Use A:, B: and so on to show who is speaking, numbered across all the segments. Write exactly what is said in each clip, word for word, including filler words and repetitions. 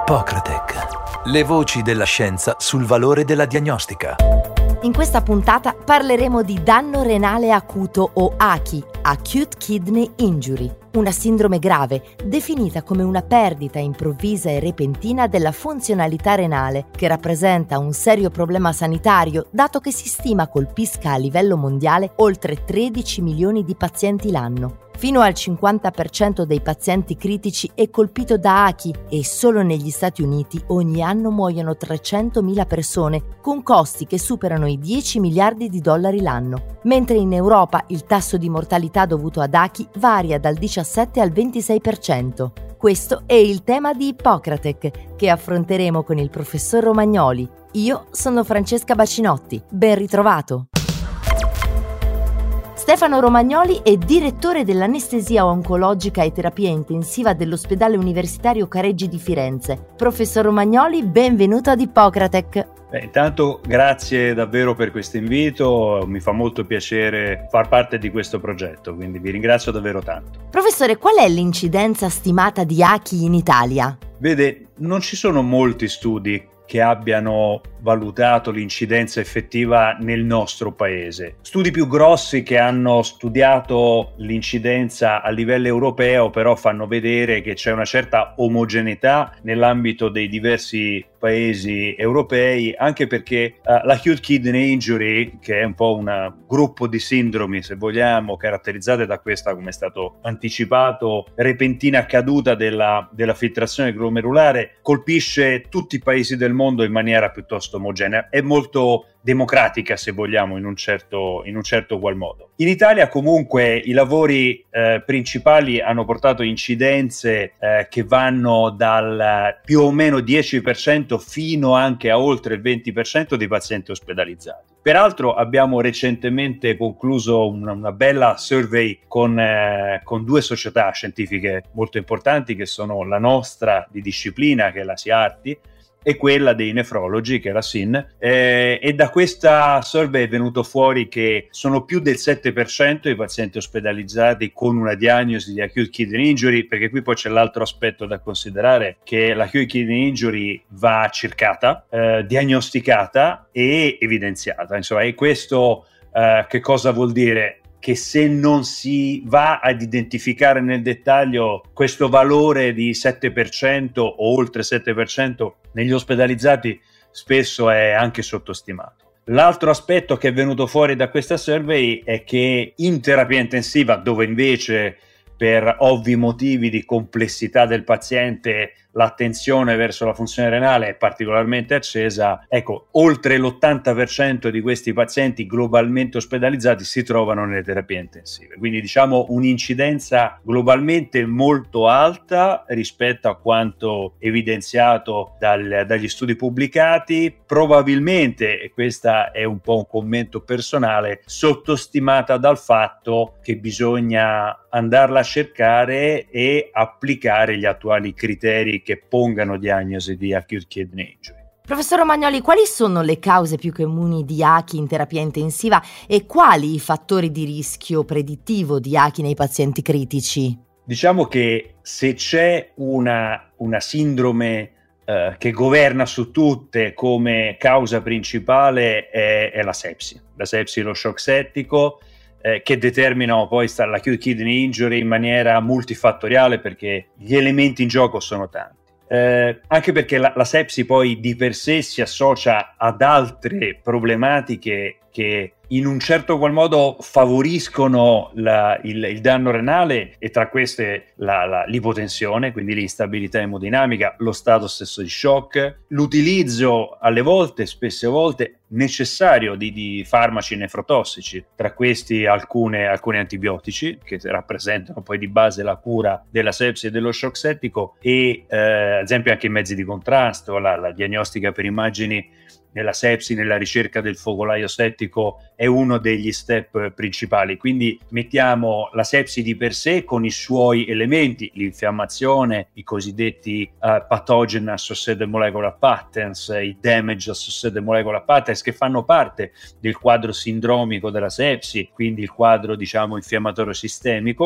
A: Ippocratec, le voci della scienza sul valore della diagnostica.
B: In questa puntata parleremo di danno renale acuto o A C I, Acute Kidney Injury, una sindrome grave definita come una perdita improvvisa e repentina della funzionalità renale che rappresenta un serio problema sanitario dato che si stima colpisca a livello mondiale oltre tredici milioni di pazienti l'anno. Fino al cinquanta per cento dei pazienti critici è colpito da A C I e solo negli Stati Uniti ogni anno muoiono trecentomila persone con costi che superano i dieci miliardi di dollari l'anno, mentre in Europa il tasso di mortalità dovuto ad A C I varia dal diciassette al ventisei per cento. Questo è il tema di Ippocratec che affronteremo con il professor Romagnoli. Io sono Francesca Bacinotti, ben ritrovato! Stefano Romagnoli è direttore dell'anestesia oncologica e terapia intensiva dell'ospedale universitario Careggi di Firenze. Professor Romagnoli, benvenuto ad Ippocratec.
C: Beh, intanto grazie davvero per questo invito, mi fa molto piacere far parte di questo progetto, quindi vi ringrazio davvero tanto.
B: Professore, qual è l'incidenza stimata di A C I in Italia?
C: Vede, non ci sono molti studi che abbiano valutato l'incidenza effettiva nel nostro paese. Studi più grossi che hanno studiato l'incidenza a livello europeo però fanno vedere che c'è una certa omogeneità nell'ambito dei diversi paesi europei, anche perché uh, l'acute kidney injury, che è un po' un gruppo di sindromi, se vogliamo, caratterizzate da questa, come è stato anticipato, repentina caduta della, della filtrazione glomerulare, colpisce tutti i paesi del mondo in maniera piuttosto omogenea, è molto democratica, se vogliamo, in un certo, in un certo qual modo. In Italia comunque i lavori eh, principali hanno portato incidenze eh, che vanno dal più o meno dieci per cento fino anche a oltre il venti per cento dei pazienti ospedalizzati. Peraltro abbiamo recentemente concluso una, una bella survey con, eh, con due società scientifiche molto importanti, che sono la nostra di disciplina, che è la SIARTI, e quella dei nefrologi, che è la S I N, eh, e da questa survey è venuto fuori che sono più del sette per cento i pazienti ospedalizzati con una diagnosi di acute kidney injury, perché qui poi c'è l'altro aspetto da considerare, che l'acute kidney injury va cercata, eh, diagnosticata e evidenziata. Insomma, e questo eh, che cosa vuol dire? Che se non si va ad identificare nel dettaglio questo valore di sette per cento o oltre sette per cento negli ospedalizzati, spesso è anche sottostimato. L'altro aspetto che è venuto fuori da questa survey è che in terapia intensiva, dove invece per ovvi motivi di complessità del paziente l'attenzione verso la funzione renale è particolarmente accesa, ecco, oltre l'ottanta per cento di questi pazienti globalmente ospedalizzati si trovano nelle terapie intensive. Quindi diciamo un'incidenza globalmente molto alta rispetto a quanto evidenziato dal, dagli studi pubblicati, probabilmente, e questo è un po' un commento personale, sottostimata dal fatto che bisogna andarla a cercare e applicare gli attuali criteri che pongano diagnosi di acute kidney injury.
B: Professor Romagnoli, quali sono le cause più comuni di A C I in terapia intensiva e quali i fattori di rischio predittivo di A C I nei pazienti critici?
C: Diciamo che se c'è una, una sindrome eh, che governa su tutte come causa principale è, è la sepsi. La sepsi, lo shock settico, Eh, che determinano poi l'acute kidney injury in maniera multifattoriale, perché gli elementi in gioco sono tanti. Eh, anche perché la, la sepsi poi di per sé si associa ad altre problematiche che in un certo qual modo favoriscono la, il, il danno renale, e tra queste la, la, l'ipotensione, quindi l'instabilità emodinamica, lo stato stesso di shock, l'utilizzo alle volte, spesse volte, necessario di, di farmaci nefrotossici, tra questi alcune, alcuni antibiotici che rappresentano poi di base la cura della sepsi e dello shock settico, e eh, ad esempio anche i mezzi di contrasto, la, la diagnostica per immagini nella sepsi, nella ricerca del focolaio settico è uno degli step principali. Quindi mettiamo la sepsi di per sé con i suoi elementi, l'infiammazione, i cosiddetti uh, pathogen associated molecular patterns, i damage associated molecular patterns, che fanno parte del quadro sindromico della sepsi, quindi il quadro diciamo infiammatorio sistemico.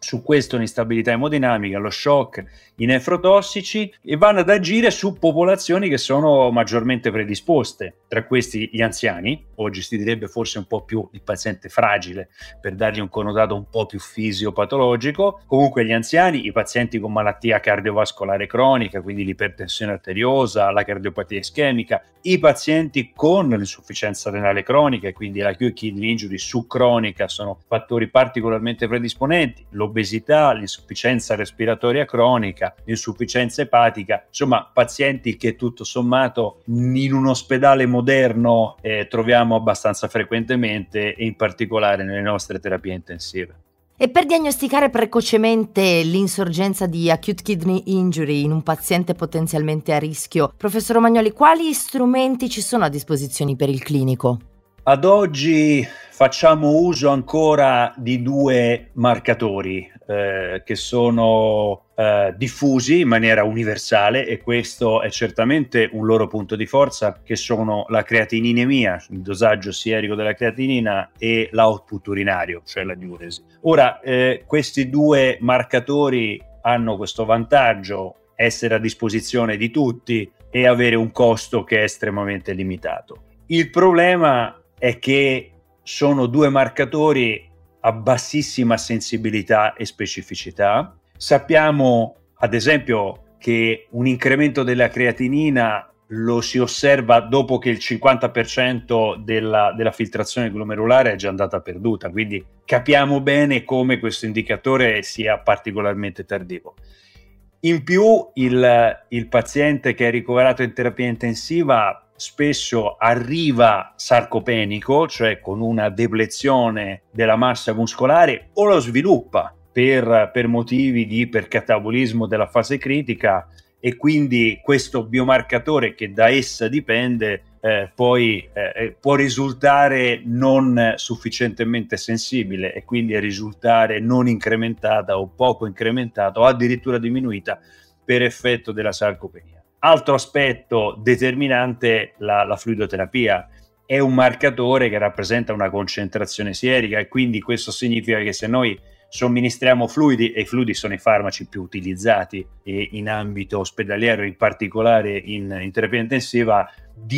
C: su questo l'instabilità emodinamica, lo shock, i nefrotossici, e vanno ad agire su popolazioni che sono maggiormente predisposte, tra questi gli anziani, oggi si direbbe forse un po' più il paziente fragile per dargli un connotato un po' più fisiopatologico, comunque gli anziani, i pazienti con malattia cardiovascolare cronica, quindi l'ipertensione arteriosa, la cardiopatia ischemica, i pazienti con l'insufficienza renale cronica e quindi la acute kidney injury subcronica sono fattori particolarmente predisponenti, l'obesità, l'insufficienza respiratoria cronica, l'insufficienza epatica, insomma pazienti che tutto sommato in un ospedale moderno eh, troviamo abbastanza frequentemente e in particolare nelle nostre terapie intensive.
B: E per diagnosticare precocemente l'insorgenza di acute kidney injury in un paziente potenzialmente a rischio, professor Romagnoli, quali strumenti ci sono a disposizione per il clinico?
C: Ad oggi facciamo uso ancora di due marcatori eh, che sono eh, diffusi in maniera universale, e questo è certamente un loro punto di forza, che sono la creatininemia, il dosaggio sierico della creatinina, e l'output urinario, cioè la diuresi. Ora, eh, questi due marcatori hanno questo vantaggio: essere a disposizione di tutti e avere un costo che è estremamente limitato. Il problema è che sono due marcatori a bassissima sensibilità e specificità. Sappiamo ad esempio che un incremento della creatinina lo si osserva dopo che il cinquanta per cento della, della filtrazione glomerulare è già andata perduta, quindi capiamo bene come questo indicatore sia particolarmente tardivo. In più il, il paziente che è ricoverato in terapia intensiva spesso arriva sarcopenico, cioè con una deplezione della massa muscolare, o lo sviluppa per, per motivi di ipercatabolismo della fase critica, e quindi questo biomarcatore che da essa dipende eh, poi eh, può risultare non sufficientemente sensibile e quindi risultare non incrementata o poco incrementata o addirittura diminuita per effetto della sarcopenia. Altro aspetto determinante, la, la fluidoterapia. È un marcatore che rappresenta una concentrazione sierica, e quindi questo significa che se noi somministriamo fluidi, e i fluidi sono i farmaci più utilizzati in ambito ospedaliero, in particolare in, in terapia intensiva,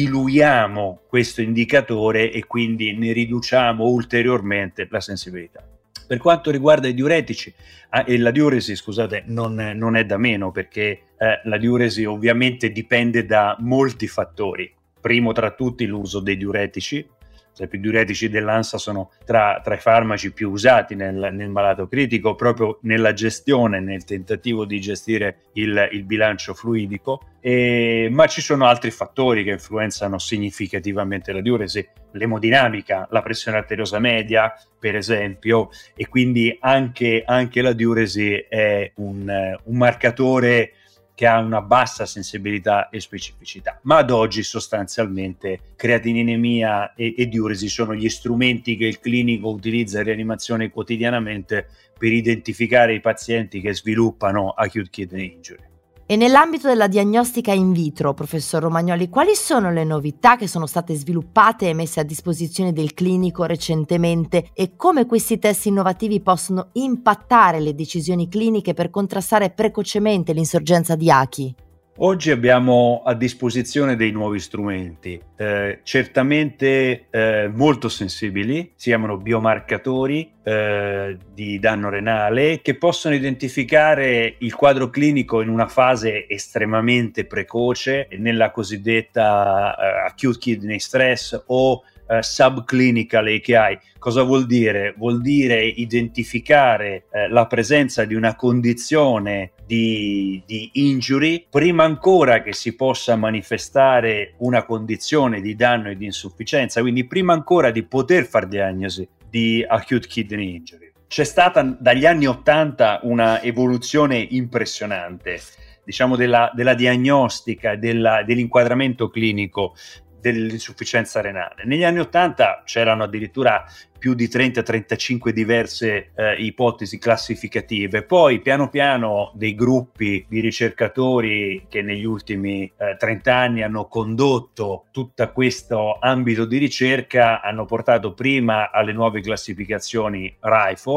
C: diluiamo questo indicatore e quindi ne riduciamo ulteriormente la sensibilità. Per quanto riguarda i diuretici, ah, e la diuresi, scusate, non, non è da meno, perché eh, la diuresi ovviamente dipende da molti fattori. Primo tra tutti l'uso dei diuretici. I diuretici dell'ANSA sono tra, tra i farmaci più usati nel, nel malato critico, proprio nella gestione, nel tentativo di gestire il, il bilancio fluidico, e, ma ci sono altri fattori che influenzano significativamente la diuresi, l'emodinamica, la pressione arteriosa media per esempio, e quindi anche, anche la diuresi è un, un marcatore che ha una bassa sensibilità e specificità, ma ad oggi sostanzialmente creatininemia e, e diuresi sono gli strumenti che il clinico utilizza in rianimazione quotidianamente per identificare i pazienti che sviluppano acute kidney injury.
B: E nell'ambito della diagnostica in vitro, professor Romagnoli, quali sono le novità che sono state sviluppate e messe a disposizione del clinico recentemente, e come questi test innovativi possono impattare le decisioni cliniche per contrastare precocemente l'insorgenza di A C I?
C: Oggi abbiamo a disposizione dei nuovi strumenti, eh, certamente eh, molto sensibili, si chiamano biomarcatori eh, di danno renale, che possono identificare il quadro clinico in una fase estremamente precoce, nella cosiddetta eh, acute kidney stress o Uh, subclinical A K I. Cosa vuol dire? Vuol dire identificare uh, la presenza di una condizione di, di injury prima ancora che si possa manifestare una condizione di danno e di insufficienza, quindi prima ancora di poter far diagnosi di acute kidney injury. C'è stata dagli anni ottanta una evoluzione impressionante, diciamo, della, della diagnostica, della, dell'inquadramento clinico dell'insufficienza renale. Negli anni ottanta c'erano addirittura più di trenta trentacinque diverse eh, ipotesi classificative, poi piano piano dei gruppi di ricercatori che negli ultimi eh, trenta anni hanno condotto tutto questo ambito di ricerca hanno portato prima alle nuove classificazioni RIFLE,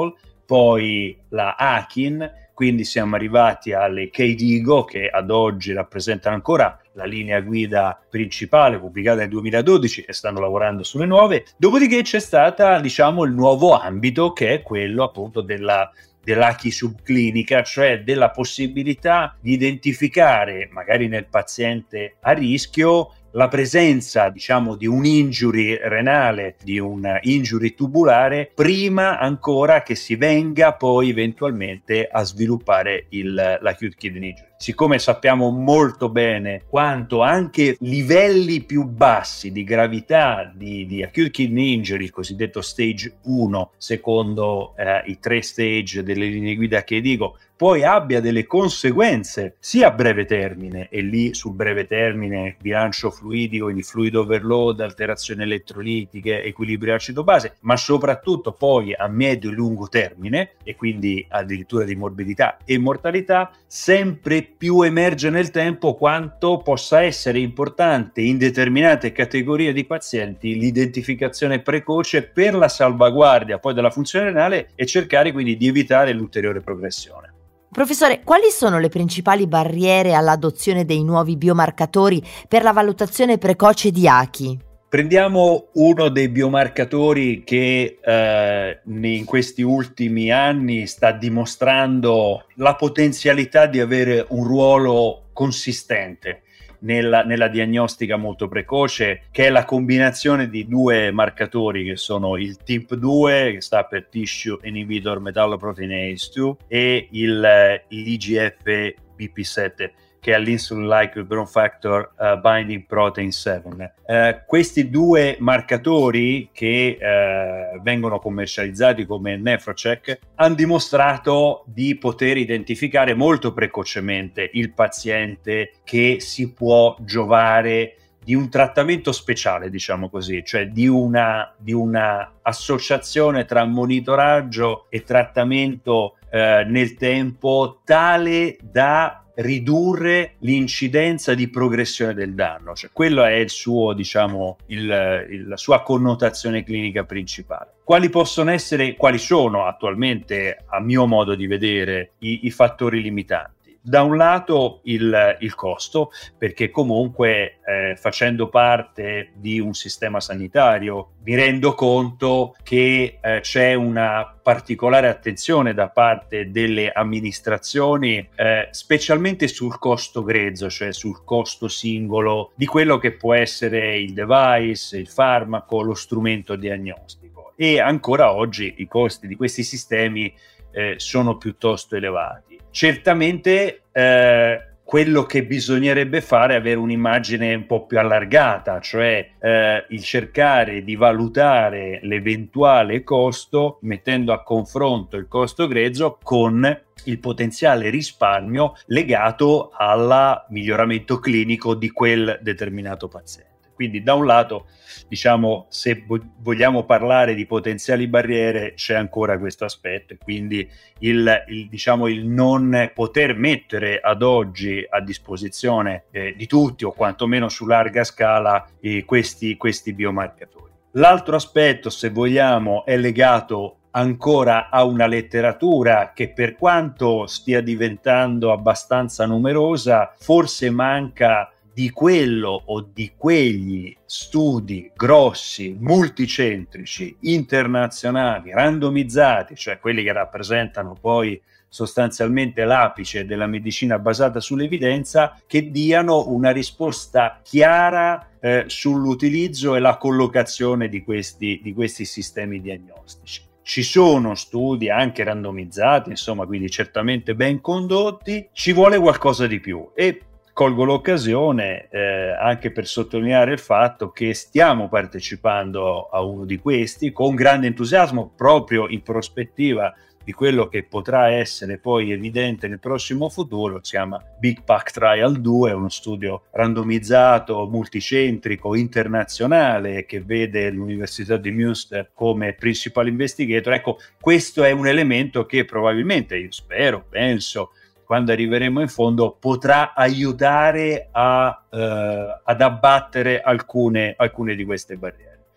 C: poi la Akin, quindi siamo arrivati alle KDIGO, che ad oggi rappresentano ancora la linea guida principale pubblicata nel duemiladodici e stanno lavorando sulle nuove. Dopodiché c'è stata, diciamo, il nuovo ambito, che è quello appunto della dell'A C I subclinica, cioè della possibilità di identificare magari nel paziente a rischio la presenza, diciamo, di un injury renale, di un injury tubulare, prima ancora che si venga poi eventualmente a sviluppare il, l'acute kidney injury. Siccome sappiamo molto bene quanto anche livelli più bassi di gravità di, di acute kidney injury, il cosiddetto stage uno, secondo eh, i tre stage delle linee guida che dico, poi abbia delle conseguenze sia a breve termine, e lì sul breve termine bilancio fluidico, quindi fluido overload, alterazioni elettrolitiche, equilibrio acido-base, ma soprattutto poi a medio e lungo termine, e quindi addirittura di morbidità e mortalità, sempre più emerge nel tempo quanto possa essere importante in determinate categorie di pazienti l'identificazione precoce per la salvaguardia poi della funzione renale e cercare quindi di evitare l'ulteriore progressione.
B: Professore, quali sono le principali barriere all'adozione dei nuovi biomarcatori per la valutazione precoce di A C I?
C: Prendiamo uno dei biomarcatori che eh, in questi ultimi anni sta dimostrando la potenzialità di avere un ruolo consistente nella, nella diagnostica molto precoce, che è la combinazione di due marcatori che sono il T I M P due, che sta per Tissue Inhibitor Metalloproteinase due, e il, l'I G F B P sette, che è l'Insulin-like Growth Factor uh, Binding Protein sette. Uh, questi due marcatori, che uh, vengono commercializzati come NephroCheck, hanno dimostrato di poter identificare molto precocemente il paziente che si può giovare di un trattamento speciale, diciamo così, cioè di una, di una associazione tra monitoraggio e trattamento uh, nel tempo tale da ridurre l'incidenza di progressione del danno, cioè quello è il suo, diciamo, il, il, la sua connotazione clinica principale. Quali possono essere, quali sono attualmente, a mio modo di vedere, i, i fattori limitanti? Da un lato il, il costo, perché comunque eh, facendo parte di un sistema sanitario mi rendo conto che eh, c'è una particolare attenzione da parte delle amministrazioni, eh, specialmente sul costo grezzo, cioè sul costo singolo di quello che può essere il device, il farmaco, lo strumento diagnostico. E ancora oggi i costi di questi sistemi eh, sono piuttosto elevati. Certamente eh, quello che bisognerebbe fare è avere un'immagine un po' più allargata, cioè eh, il cercare di valutare l'eventuale costo mettendo a confronto il costo grezzo con il potenziale risparmio legato al miglioramento clinico di quel determinato paziente. Quindi da un lato, diciamo, se vogliamo parlare di potenziali barriere, c'è ancora questo aspetto, e quindi il, il, diciamo, il non poter mettere ad oggi a disposizione eh, di tutti, o quantomeno su larga scala, eh, questi, questi biomarcatori. L'altro aspetto, se vogliamo, è legato ancora a una letteratura che, per quanto stia diventando abbastanza numerosa, forse manca di quello o di quegli studi grossi, multicentrici, internazionali, randomizzati, cioè quelli che rappresentano poi sostanzialmente l'apice della medicina basata sull'evidenza, che diano una risposta chiara eh, sull'utilizzo e la collocazione di questi, di questi sistemi diagnostici. Ci sono studi anche randomizzati, insomma, quindi certamente ben condotti, ci vuole qualcosa di più, e colgo l'occasione eh, anche per sottolineare il fatto che stiamo partecipando a uno di questi con grande entusiasmo, proprio in prospettiva di quello che potrà essere poi evidente nel prossimo futuro. Si chiama Big Pack Trial due, è uno studio randomizzato, multicentrico, internazionale, che vede l'Università di Münster come principal investigator. Ecco, questo è un elemento che probabilmente, io spero, penso, quando arriveremo in fondo, potrà aiutare a, eh, ad abbattere alcune, alcune di queste barriere.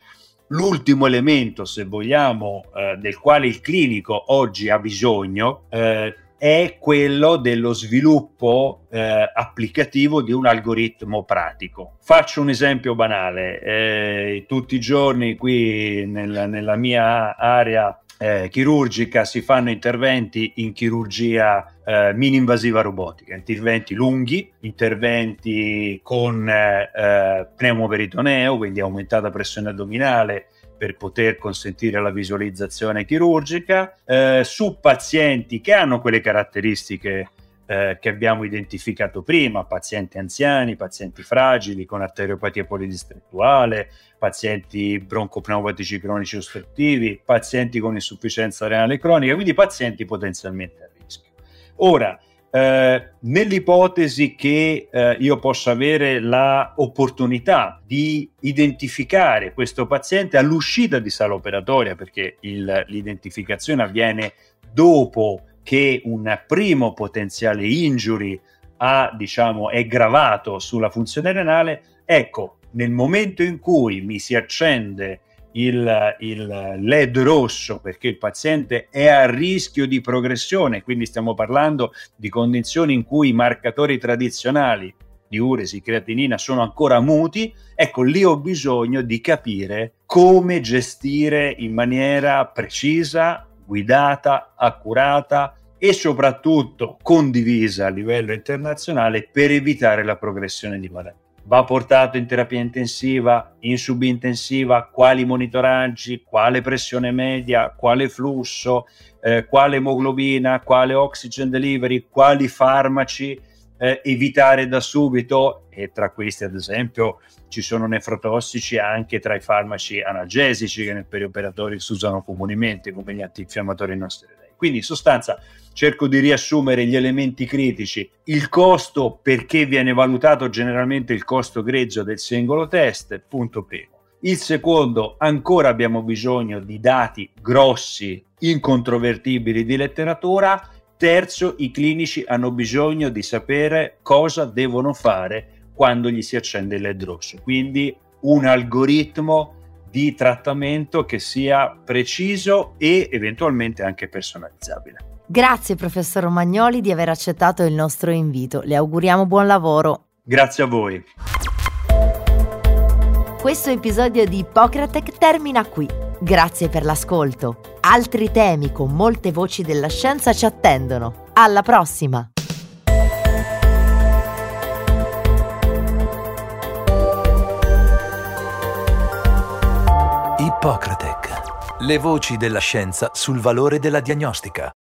C: l'ultimo elemento, se vogliamo, eh, del quale il clinico oggi ha bisogno, eh, è quello dello sviluppo eh, applicativo di un algoritmo pratico. Faccio un esempio banale. Eh, tutti i giorni qui nel, nella mia area eh, chirurgica si fanno interventi in chirurgia eh, mini-invasiva robotica, interventi lunghi, interventi con eh, eh, pneumoperitoneo, quindi aumentata pressione addominale, per poter consentire la visualizzazione chirurgica, eh, su pazienti che hanno quelle caratteristiche eh, che abbiamo identificato prima, pazienti anziani, pazienti fragili con arteriopatia polidistrettuale, pazienti broncopneumatici cronici ostruttivi, pazienti con insufficienza renale cronica, quindi pazienti potenzialmente a rischio. Ora, Eh, nell'ipotesi che eh, io possa avere la opportunità di identificare questo paziente all'uscita di sala operatoria, perché il, l'identificazione avviene dopo che un primo potenziale injury ha, diciamo, è gravato sulla funzione renale, ecco, nel momento in cui mi si accende Il, il L E D rosso perché il paziente è a rischio di progressione, quindi stiamo parlando di condizioni in cui i marcatori tradizionali di uresi, creatinina sono ancora muti, ecco lì ho bisogno di capire come gestire in maniera precisa, guidata, accurata e soprattutto condivisa a livello internazionale per evitare la progressione di malattie. Va portato in terapia intensiva, in subintensiva, quali monitoraggi, quale pressione media, quale flusso, eh, quale emoglobina, quale oxygen delivery, quali farmaci eh, evitare da subito, e tra questi ad esempio ci sono nefrotossici anche tra i farmaci analgesici che nel perioperatorio si usano comunemente come gli antinfiammatori non steroidei. Quindi in sostanza cerco di riassumere gli elementi critici: il costo, perché viene valutato generalmente il costo grezzo del singolo test, punto primo. Il secondo, ancora abbiamo bisogno di dati grossi, incontrovertibili di letteratura. Terzo, i clinici hanno bisogno di sapere cosa devono fare quando gli si accende il L E D rosso, quindi un algoritmo di trattamento che sia preciso e eventualmente anche personalizzabile.
B: Grazie professor Romagnoli di aver accettato il nostro invito. Le auguriamo buon lavoro.
C: Grazie a voi.
B: Questo episodio di Hippocratech termina qui. Grazie per l'ascolto. Altri temi con molte voci della scienza ci attendono. Alla prossima!
A: Hippocratech. Le voci della scienza sul valore della diagnostica.